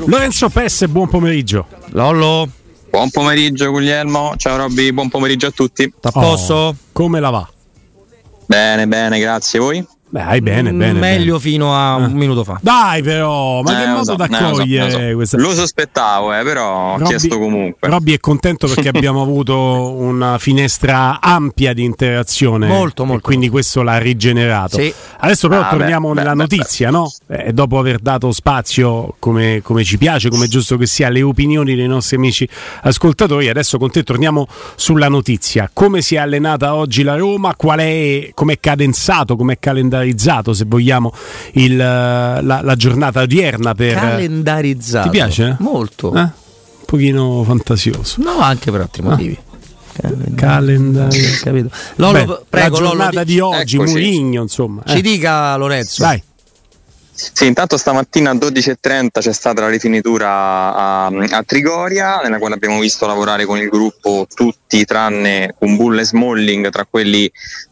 Lorenzo Pesse, buon pomeriggio. Lollo. Buon pomeriggio Guglielmo, ciao Robby, buon pomeriggio a tutti. A posto? Come la va? Bene, grazie. Voi? Beh, bene. Meglio fino a un minuto fa. Dai però, ma che modo d'accogliere questa... Lo sospettavo, però ho chiesto comunque. Robby è contento perché abbiamo avuto una finestra ampia di interazione. Molto. E quindi questo l'ha rigenerato. Sì. Adesso però torniamo nella notizia, no? Dopo aver dato spazio, come ci piace, come è giusto che sia, alle opinioni dei nostri amici ascoltatori, adesso con te torniamo sulla notizia. Come si è allenata oggi la Roma? Com'è cadenzato, com'è calendarizzato, se vogliamo, la giornata odierna per... Calendarizzato. Ti piace? Molto. Un pochino fantasioso. No, anche per altri motivi. Calendario. Lollo, prego, la giornata Lollo, di oggi, Mourinho, insomma. Ci dica Lorenzo. Dai. Sì, intanto stamattina a 12:30 c'è stata la rifinitura a Trigoria, nella quale abbiamo visto lavorare con il gruppo tutti tranne Kumbulla e Smalling, tra quelli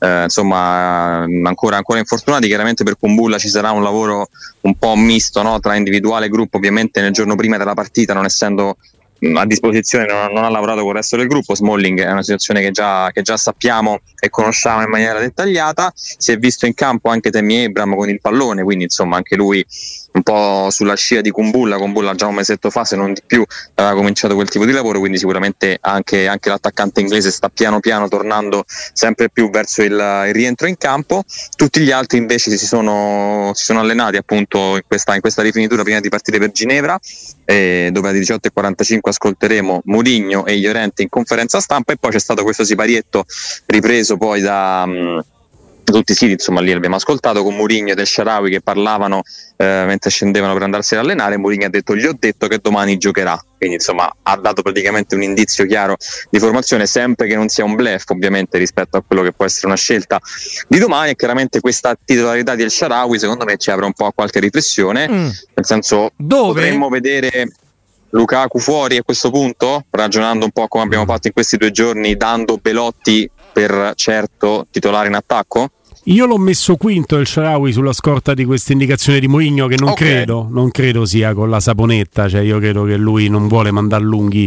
ancora infortunati. Chiaramente per Kumbulla ci sarà un lavoro un po' misto, no? Tra individuale e gruppo, ovviamente nel giorno prima della partita, non essendo a disposizione, non ha lavorato con il resto del gruppo. Smalling è una situazione che già sappiamo e conosciamo in maniera dettagliata. Si è visto in campo anche Tammy Abraham con il pallone, quindi insomma anche lui un po' sulla scia di Kumbulla già un mesetto fa, se non di più, aveva cominciato quel tipo di lavoro, quindi sicuramente anche l'attaccante inglese sta piano piano tornando sempre più verso il rientro in campo. Tutti gli altri invece si sono allenati appunto in questa rifinitura prima di partire per Ginevra, dove alle 18:45 ascolteremo Mourinho e Llorente in conferenza stampa, e poi c'è stato questo siparietto ripreso poi da tutti i siti, insomma lì l'abbiamo ascoltato, con Mourinho ed El Shaarawy che parlavano mentre scendevano per andarsi ad allenare. Mourinho ha detto: gli ho detto che domani giocherà, quindi insomma ha dato praticamente un indizio chiaro di formazione, sempre che non sia un bluff ovviamente rispetto a quello che può essere una scelta di domani. E chiaramente questa titolarità di El Shaarawy secondo me ci apre un po' a qualche riflessione, nel senso, potremmo vedere Lukaku fuori a questo punto, ragionando un po' come abbiamo fatto in questi 2 giorni, dando Belotti per certo titolare in attacco? Io l'ho messo quinto El Shaarawy sulla scorta di questa indicazione di Mourinho, che non credo sia con la saponetta, cioè io credo che lui non vuole mandare lunghi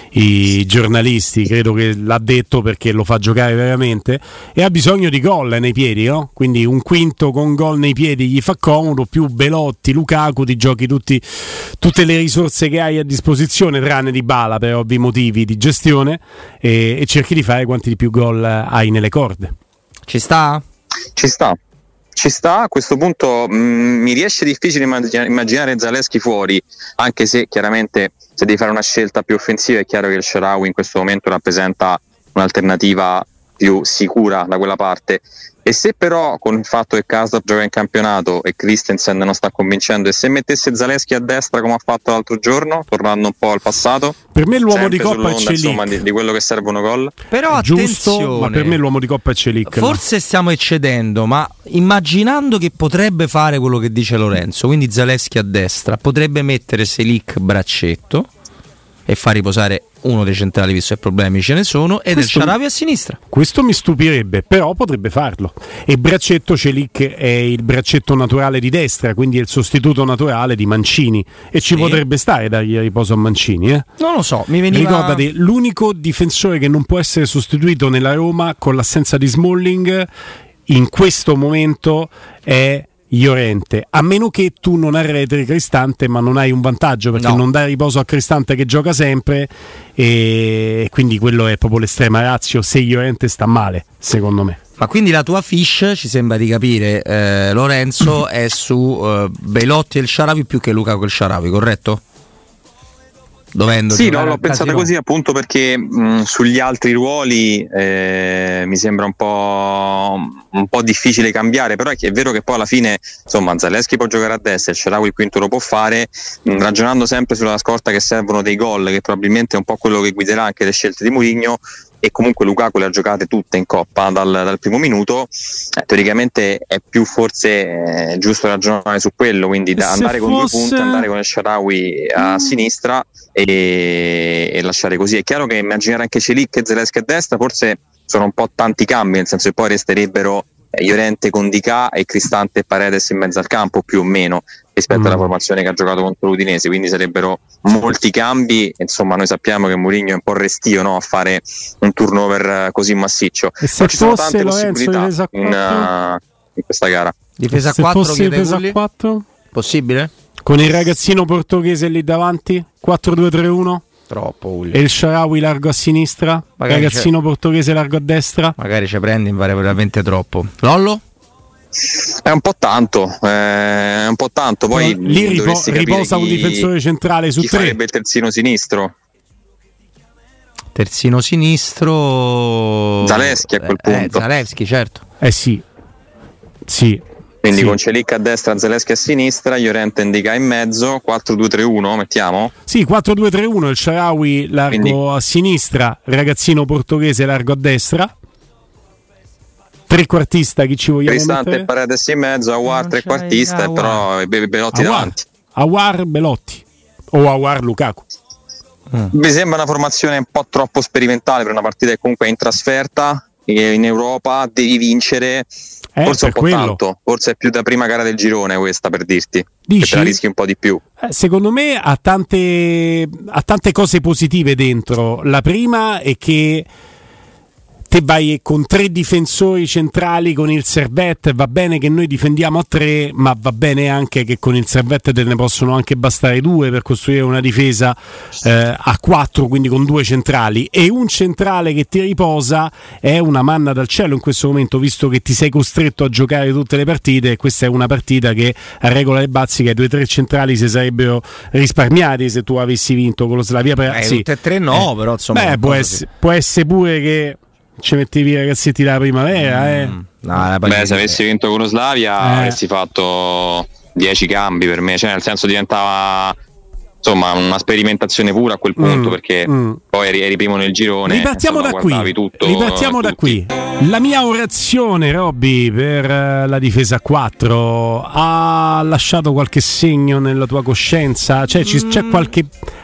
i giornalisti, credo che l'ha detto perché lo fa giocare veramente e ha bisogno di gol nei piedi, no? Quindi un quinto con gol nei piedi gli fa comodo, più Belotti, Lukaku, ti giochi tutte le risorse che hai a disposizione, tranne Dybala per ovvi motivi di gestione, e cerchi di fare quanti di più gol hai nelle corde. Ci sta? Ci sta, a questo punto mi riesce difficile immaginare Zalewski fuori, anche se chiaramente se devi fare una scelta più offensiva è chiaro che il Shaarawy in questo momento rappresenta un'alternativa più sicura da quella parte. E se però con il fatto che Karsdorp gioca in campionato e Christensen non sta convincendo, e se mettesse Zalewski a destra come ha fatto l'altro giorno, tornando un po' al passato, per me l'uomo di Coppa è Celic, insomma, di quello che servono gol. Però attenzione, ma per me l'uomo di Coppa è Celic. Forse stiamo eccedendo, ma immaginando che potrebbe fare quello che dice Lorenzo, quindi Zalewski a destra, potrebbe mettere Celic braccetto e far riposare uno dei centrali, visto che problemi ce ne sono, ed El Shaarawy a sinistra. Questo mi stupirebbe, però potrebbe farlo. E braccetto, Celic è il braccetto naturale di destra, quindi è il sostituto naturale di Mancini, e ci potrebbe stare dargli riposo a Mancini, Non lo so, mi veniva... Ricordate, l'unico difensore che non può essere sostituito nella Roma con l'assenza di Smalling in questo momento è Llorente, a meno che tu non arretri Cristante, ma non hai un vantaggio perché non dai riposo a Cristante che gioca sempre, e quindi quello è proprio l'estrema ratio se Llorente sta male, secondo me. Ma quindi la tua fish, ci sembra di capire, Lorenzo, è su Belotti e El Shaarawy più che Lukaku e El Shaarawy, corretto? Sì, l'ho pensata così appunto perché sugli altri ruoli mi sembra un po' difficile cambiare, però è vero che poi alla fine insomma Zalewski può giocare a destra, il Shaarawy il quinto lo può fare, ragionando sempre sulla scorta che servono dei gol, che probabilmente è un po' quello che guiderà anche le scelte di Mourinho. E comunque Lukaku le ha giocate tutte in Coppa dal primo minuto, teoricamente è più forse giusto ragionare su quello, quindi da andare con 2 punti, andare con il Shaarawy a sinistra e lasciare così. È chiaro che immaginare anche Celic e Zalewski a destra forse sono un po' tanti cambi, nel senso che poi resterebbero Llorente con Dicà e Cristante e Paredes in mezzo al campo, più o meno, rispetto alla formazione che ha giocato contro l'Udinese, quindi sarebbero molti cambi. Insomma, noi sappiamo che Mourinho è un po' restio, no, a fare un turnover così massiccio. E se ci sono tante possibilità in questa gara. Difesa se 4, fosse difesa 4? Possibile? Con il ragazzino portoghese lì davanti? 4-2-3-1? Troppo, Uli. E il Shaarawy largo a sinistra, magari ragazzino portoghese largo a destra. Magari ci prendi invariabilmente troppo. Lollo? È un po' tanto, poi lì riposa un difensore centrale su 3. Farebbe il terzino sinistro. Terzino sinistro Zalewski a quel punto. Zalewski, certo. Sì. Quindi con Celic a destra, Zalewski a sinistra, Llorente indica in mezzo, 4-2-3-1 mettiamo? Sì, 4-2-3-1, il Shaarawy largo a sinistra, ragazzino portoghese largo a destra. Trequartista, chi ci vogliamo Cristante mettere? e Paredes in mezzo, Aouar trequartista e però Belotti davanti. Aouar, Belotti o Aouar, Lukaku. Mi sembra una formazione un po' troppo sperimentale per una partita che comunque è in trasferta, in Europa, devi vincere. Forse un po' tanto, forse è più da prima gara del girone questa, per dirti. Dici? Che te la rischi un po' di più. Secondo me ha tante cose positive dentro. La prima è che te vai con 3 difensori centrali con il Servette, va bene che noi difendiamo a 3, ma va bene anche che con il Servette te ne possono anche bastare 2 per costruire una difesa a 4, quindi con 2 centrali, e un centrale che ti riposa è una manna dal cielo in questo momento, visto che ti sei costretto a giocare tutte le partite, e questa è una partita che a regola dei bazzica i 2-3 centrali si sarebbero risparmiati se tu avessi vinto con lo Slavia Praga. Sì. Tutte e 3 no, però insomma può essere pure che ci mettevi i ragazzetti della primavera. No, se avessi vinto con lo Slavia avresti fatto 10 cambi per me, cioè nel senso diventava insomma una sperimentazione pura a quel punto, perché poi eri primo nel girone. Ripartiamo da qui. La mia orazione, Robby, per la difesa 4 ha lasciato qualche segno nella tua coscienza? Cioè c'è qualche...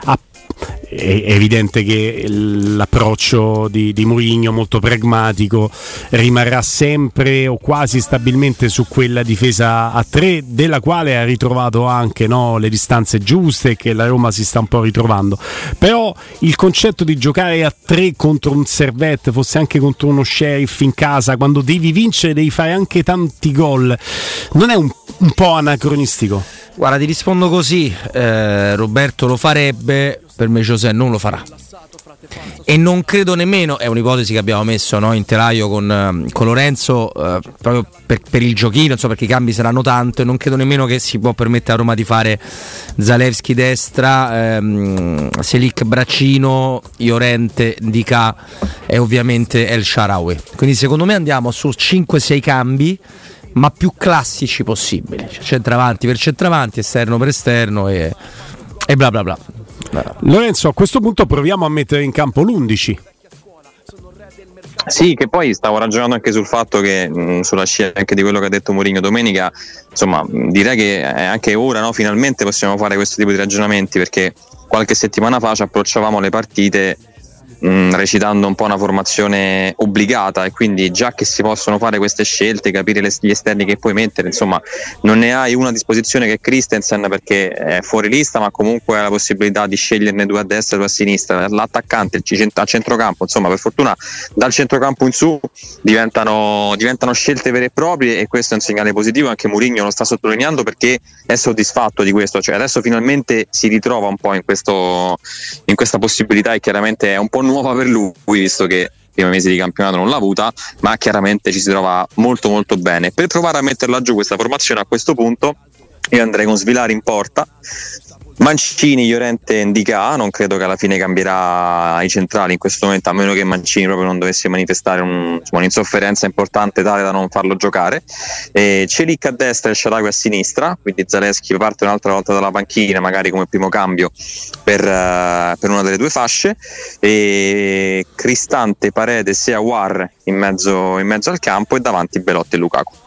È evidente che l'approccio di Mourinho, molto pragmatico, rimarrà sempre o quasi stabilmente su quella difesa a 3, della quale ha ritrovato anche le distanze giuste, che la Roma si sta un po' ritrovando. Però il concetto di giocare a 3 contro un Servette, fosse anche contro uno Sheriff in casa, quando devi vincere, devi fare anche tanti gol, non è un po' anacronistico? Guarda, ti rispondo così, Roberto lo farebbe, per me José non lo farà, e non credo nemmeno, è un'ipotesi che abbiamo messo in telaio con Lorenzo, proprio per il giochino, perché i cambi saranno tanto, e non credo nemmeno che si può permettere a Roma di fare Zalewski destra, Selic braccino, Llorente Dicà e ovviamente El Shaarawy. Quindi secondo me andiamo su 5-6 cambi, ma più classici possibili, centravanti per centravanti, esterno per esterno e bla bla bla. Lorenzo, a questo punto proviamo a mettere in campo l'11. Sì, che poi stavo ragionando anche sul fatto che sulla scia anche di quello che ha detto Mourinho domenica, insomma direi che anche ora finalmente possiamo fare questo tipo di ragionamenti, perché qualche settimana fa ci approcciavamo alle partite recitando un po' una formazione obbligata, e quindi già che si possono fare queste scelte, capire gli esterni che puoi mettere, insomma non ne hai una a disposizione che è Christensen, perché è fuori lista, ma comunque hai la possibilità di sceglierne 2 a destra e 2 a sinistra, l'attaccante a centrocampo, insomma per fortuna dal centrocampo in su diventano scelte vere e proprie, e questo è un segnale positivo. Anche Mourinho lo sta sottolineando, perché è soddisfatto di questo, cioè adesso finalmente si ritrova un po' in questa possibilità, e chiaramente è un po' nuova per lui, visto che i primi mesi di campionato non l'ha avuta, ma chiaramente ci si trova molto molto bene. Per provare a metterla giù questa formazione, a questo punto io andrei con Svilari in porta, Mancini, Llorente, Ndicà. Non credo che alla fine cambierà i centrali in questo momento, a meno che Mancini proprio non dovesse manifestare un'insofferenza importante tale da non farlo giocare. Celic a destra e Shaarawy a sinistra, quindi Zalewski parte un'altra volta dalla panchina, magari come primo cambio per una delle 2 fasce, e Cristante, Paredes e Aouar in mezzo al campo, e davanti Belotti e Lukaku.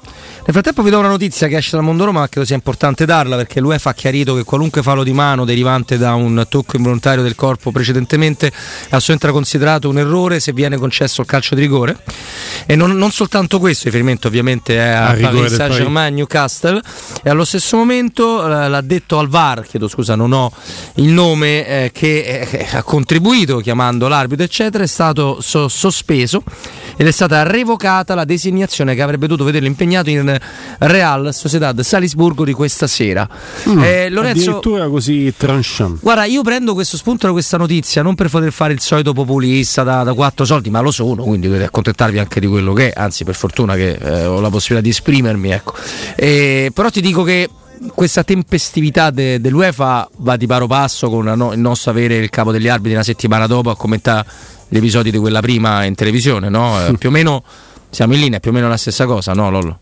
Nel frattempo vi do una notizia che esce dal Mondo Roma, ma credo sia importante darla, perché l'UEFA ha chiarito che qualunque fallo di mano derivante da un tocco involontario del corpo precedentemente è assolutamente considerato un errore se viene concesso il calcio di rigore. E non soltanto questo, riferimento ovviamente è a Paris Saint-Germain, Newcastle, e allo stesso momento l'ha detto al VAR, chiedo scusa, non ho il nome, che ha contribuito chiamando l'arbitro eccetera, è stato sospeso ed è stata revocata la designazione che avrebbe dovuto vederlo impegnato in Real Sociedad Salisburgo di questa sera. Lorenzo, addirittura così tranchant. Guarda, io prendo questo spunto da questa notizia non per poter fare il solito populista da quattro soldi, ma lo sono, quindi dovete accontentarvi anche di quello che è, anzi per fortuna che ho la possibilità di esprimermi, ecco. Però ti dico che questa tempestività dell'UEFA va di paro passo con il nostro avere il capo degli arbitri una settimana dopo a commentare gli episodi di quella prima in televisione, no? Più o meno siamo in linea, più o meno la stessa cosa, no Lollo?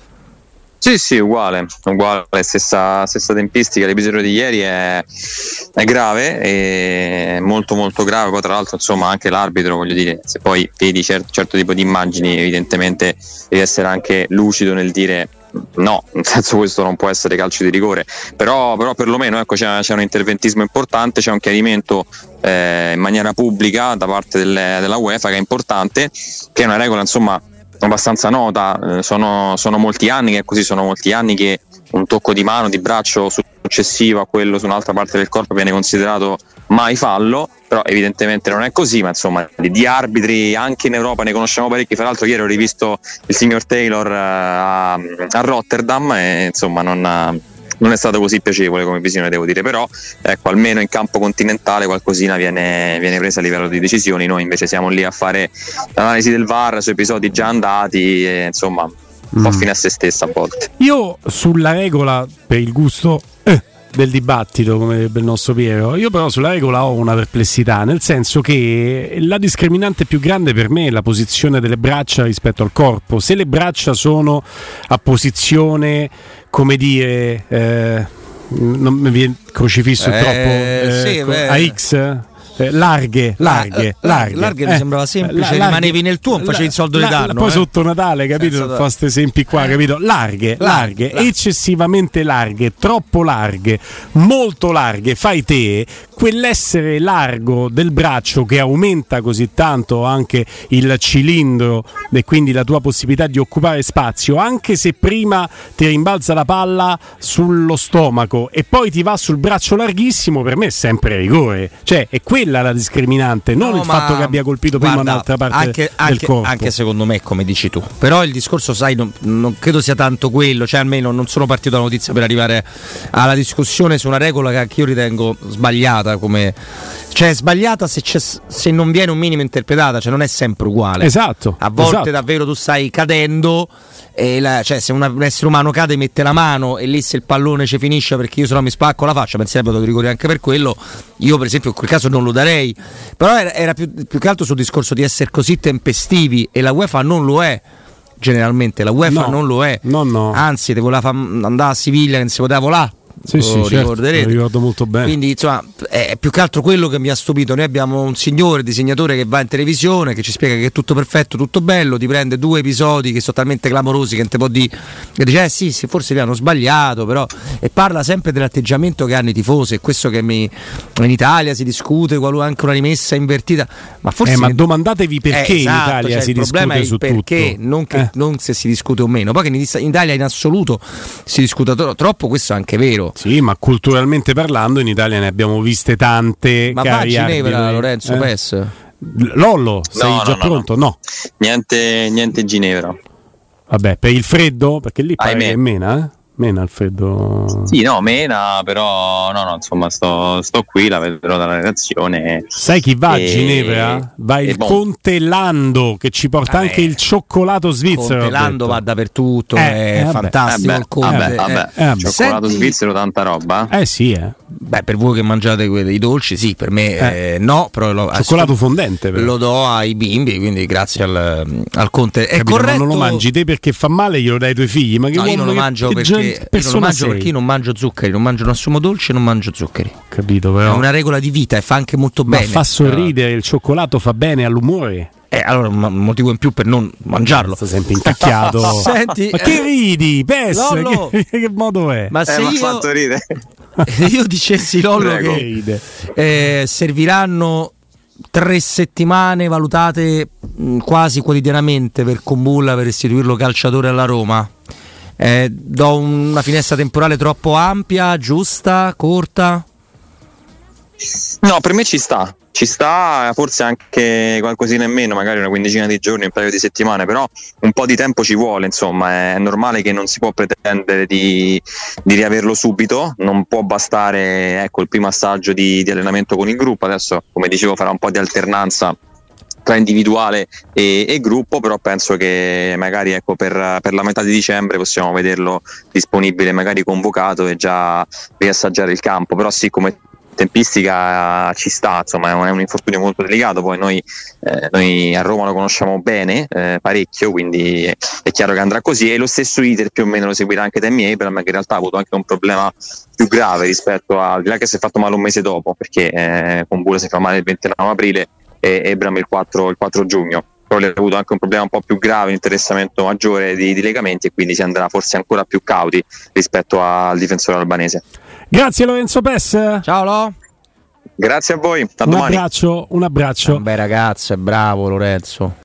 Sì, uguale, stessa tempistica. L'episodio di ieri è grave, è molto molto grave. Poi tra l'altro insomma anche l'arbitro, voglio dire, se poi vedi certo tipo di immagini, evidentemente devi essere anche lucido nel dire no, nel senso questo non può essere calcio di rigore, però perlomeno ecco, c'è un interventismo importante, c'è un chiarimento in maniera pubblica da parte della UEFA che è importante, che è una regola insomma abbastanza nota, sono molti anni che è così, sono molti anni che un tocco di mano, di braccio successivo a quello su un'altra parte del corpo viene considerato mai fallo, però evidentemente non è così, ma insomma di arbitri anche in Europa ne conosciamo parecchi. Fra l'altro ieri ho rivisto il signor Taylor a Rotterdam e insomma non è stato così piacevole come visione, devo dire, però ecco, almeno in campo continentale qualcosina viene presa a livello di decisioni. Noi invece siamo lì a fare l'analisi del VAR su episodi già andati e insomma un po' fine a se stessa a volte. Io sulla regola, per il gusto del dibattito, come direbbe il nostro Piero, io però sulla regola ho una perplessità, nel senso che la discriminante più grande per me è la posizione delle braccia rispetto al corpo. Se le braccia sono a posizione, come dire, non mi viene crocifisso troppo, a X, larghe mi sembrava semplice, rimanevi nel tuo, non facevi il soldo di danno, poi sotto Natale, capito, fa questi esempi qua, capito, larghe, eccessivamente larghe, troppo larghe, molto larghe, fai te quell'essere largo del braccio che aumenta così tanto anche il cilindro e quindi la tua possibilità di occupare spazio, anche se prima ti rimbalza la palla sullo stomaco e poi ti va sul braccio larghissimo, per me è sempre rigore, cioè è quella la discriminante, non il fatto che abbia colpito prima un'altra parte del corpo. Anche secondo me, come dici tu, però il discorso, sai, non credo sia tanto quello, cioè almeno non sono partito dalla notizia per arrivare alla discussione su una regola che anche io ritengo sbagliata, come cioè sbagliata se non viene un minimo interpretata, cioè non è sempre uguale. Esatto. A volte davvero tu stai cadendo e cioè se un essere umano cade mette la mano e lì se il pallone ci finisce perché io se no mi spacco la faccia, penserebbe di rigore anche per quello. Io per esempio in quel caso non lo darei, però era più che altro sul discorso di essere così tempestivi, e la UEFA non lo è. Generalmente la UEFA non lo è, no. Anzi te voleva andare a Siviglia che non si poteva volare. Sì, certo, lo ricordo molto bene. Quindi insomma è più che altro quello che mi ha stupito. Noi abbiamo un signore disegnatore che va in televisione, che ci spiega che è tutto perfetto, tutto bello, ti prende 2 episodi che sono talmente clamorosi che non te può dire, che dice sì, forse li hanno sbagliato, però, e parla sempre dell'atteggiamento che hanno i tifosi, e questo che in Italia si discute anche una rimessa invertita, ma forse ma domandatevi perché in Italia cioè, si discute su perché, tutto, non se si discute o meno. Poi che in Italia in assoluto si discuta troppo, questo è anche vero. Sì, ma culturalmente parlando in Italia ne abbiamo viste tante. Ma va a Ginevra, Lorenzo Pes? Lollo, sei già pronto? No. Niente Ginevra. Vabbè, per il freddo? Perché lì pare che mena, mena il freddo. Sì, no, mena, però no, insomma sto qui, la vedrò dalla redazione. Sai chi va a Ginevra? Va il Conte Lando, che ci porta anche il cioccolato svizzero. Conte Lando va dappertutto, è fantastico il Conte. Cioccolato svizzero, tanta roba. Sì. Beh, per voi che mangiate i dolci, sì, per me no, però cioccolato fondente però. Lo do ai bimbi, quindi grazie al Conte. È capito, corretto. Ma non lo mangi te perché fa male, glielo dai ai tuoi figli, ma che io non lo mangio perché io non mangio zuccheri, non assumo dolci e non mangio zuccheri. Capito, però. È una regola di vita e fa anche molto bene. Ma fa sorridere, il cioccolato fa bene all'umore. Allora un motivo in più per non mangiarlo. Sto sempre incacchiato. Senti, ma che ridi? Pes, che modo è? Ma se mi ha fatto ridere. io dicessi Lollo che serviranno 3 settimane valutate quasi quotidianamente per Kumbulla per restituirlo calciatore alla Roma, do una finestra temporale troppo ampia, giusta, corta? No, per me ci sta, forse anche qualcosina in meno, magari una quindicina di giorni, un paio di settimane, però un po' di tempo ci vuole, insomma, è normale che non si può pretendere di riaverlo subito, non può bastare il primo assaggio di allenamento con il gruppo. Adesso, come dicevo, farà un po' di alternanza tra individuale e gruppo, però penso che magari per la metà di dicembre possiamo vederlo disponibile, magari convocato e già riassaggiare il campo. Però sì, come tempistica ci sta, insomma è un infortunio molto delicato, poi noi a Roma lo conosciamo bene, parecchio, quindi è chiaro che andrà così, e lo stesso iter più o meno lo seguirà anche Tammy Abraham, che in realtà ha avuto anche un problema più grave rispetto al di là che si è fatto male un mese dopo, perché Kumbulla si fa male il 29 aprile e Abraham il 4 giugno, però ha avuto anche un problema un po' più grave, un interessamento maggiore di legamenti, e quindi si andrà forse ancora più cauti rispetto al difensore albanese. Grazie Lorenzo Pes. Ciao Lo. Grazie a voi, a domani. Un abbraccio. Un bel ragazzo, è bravo Lorenzo.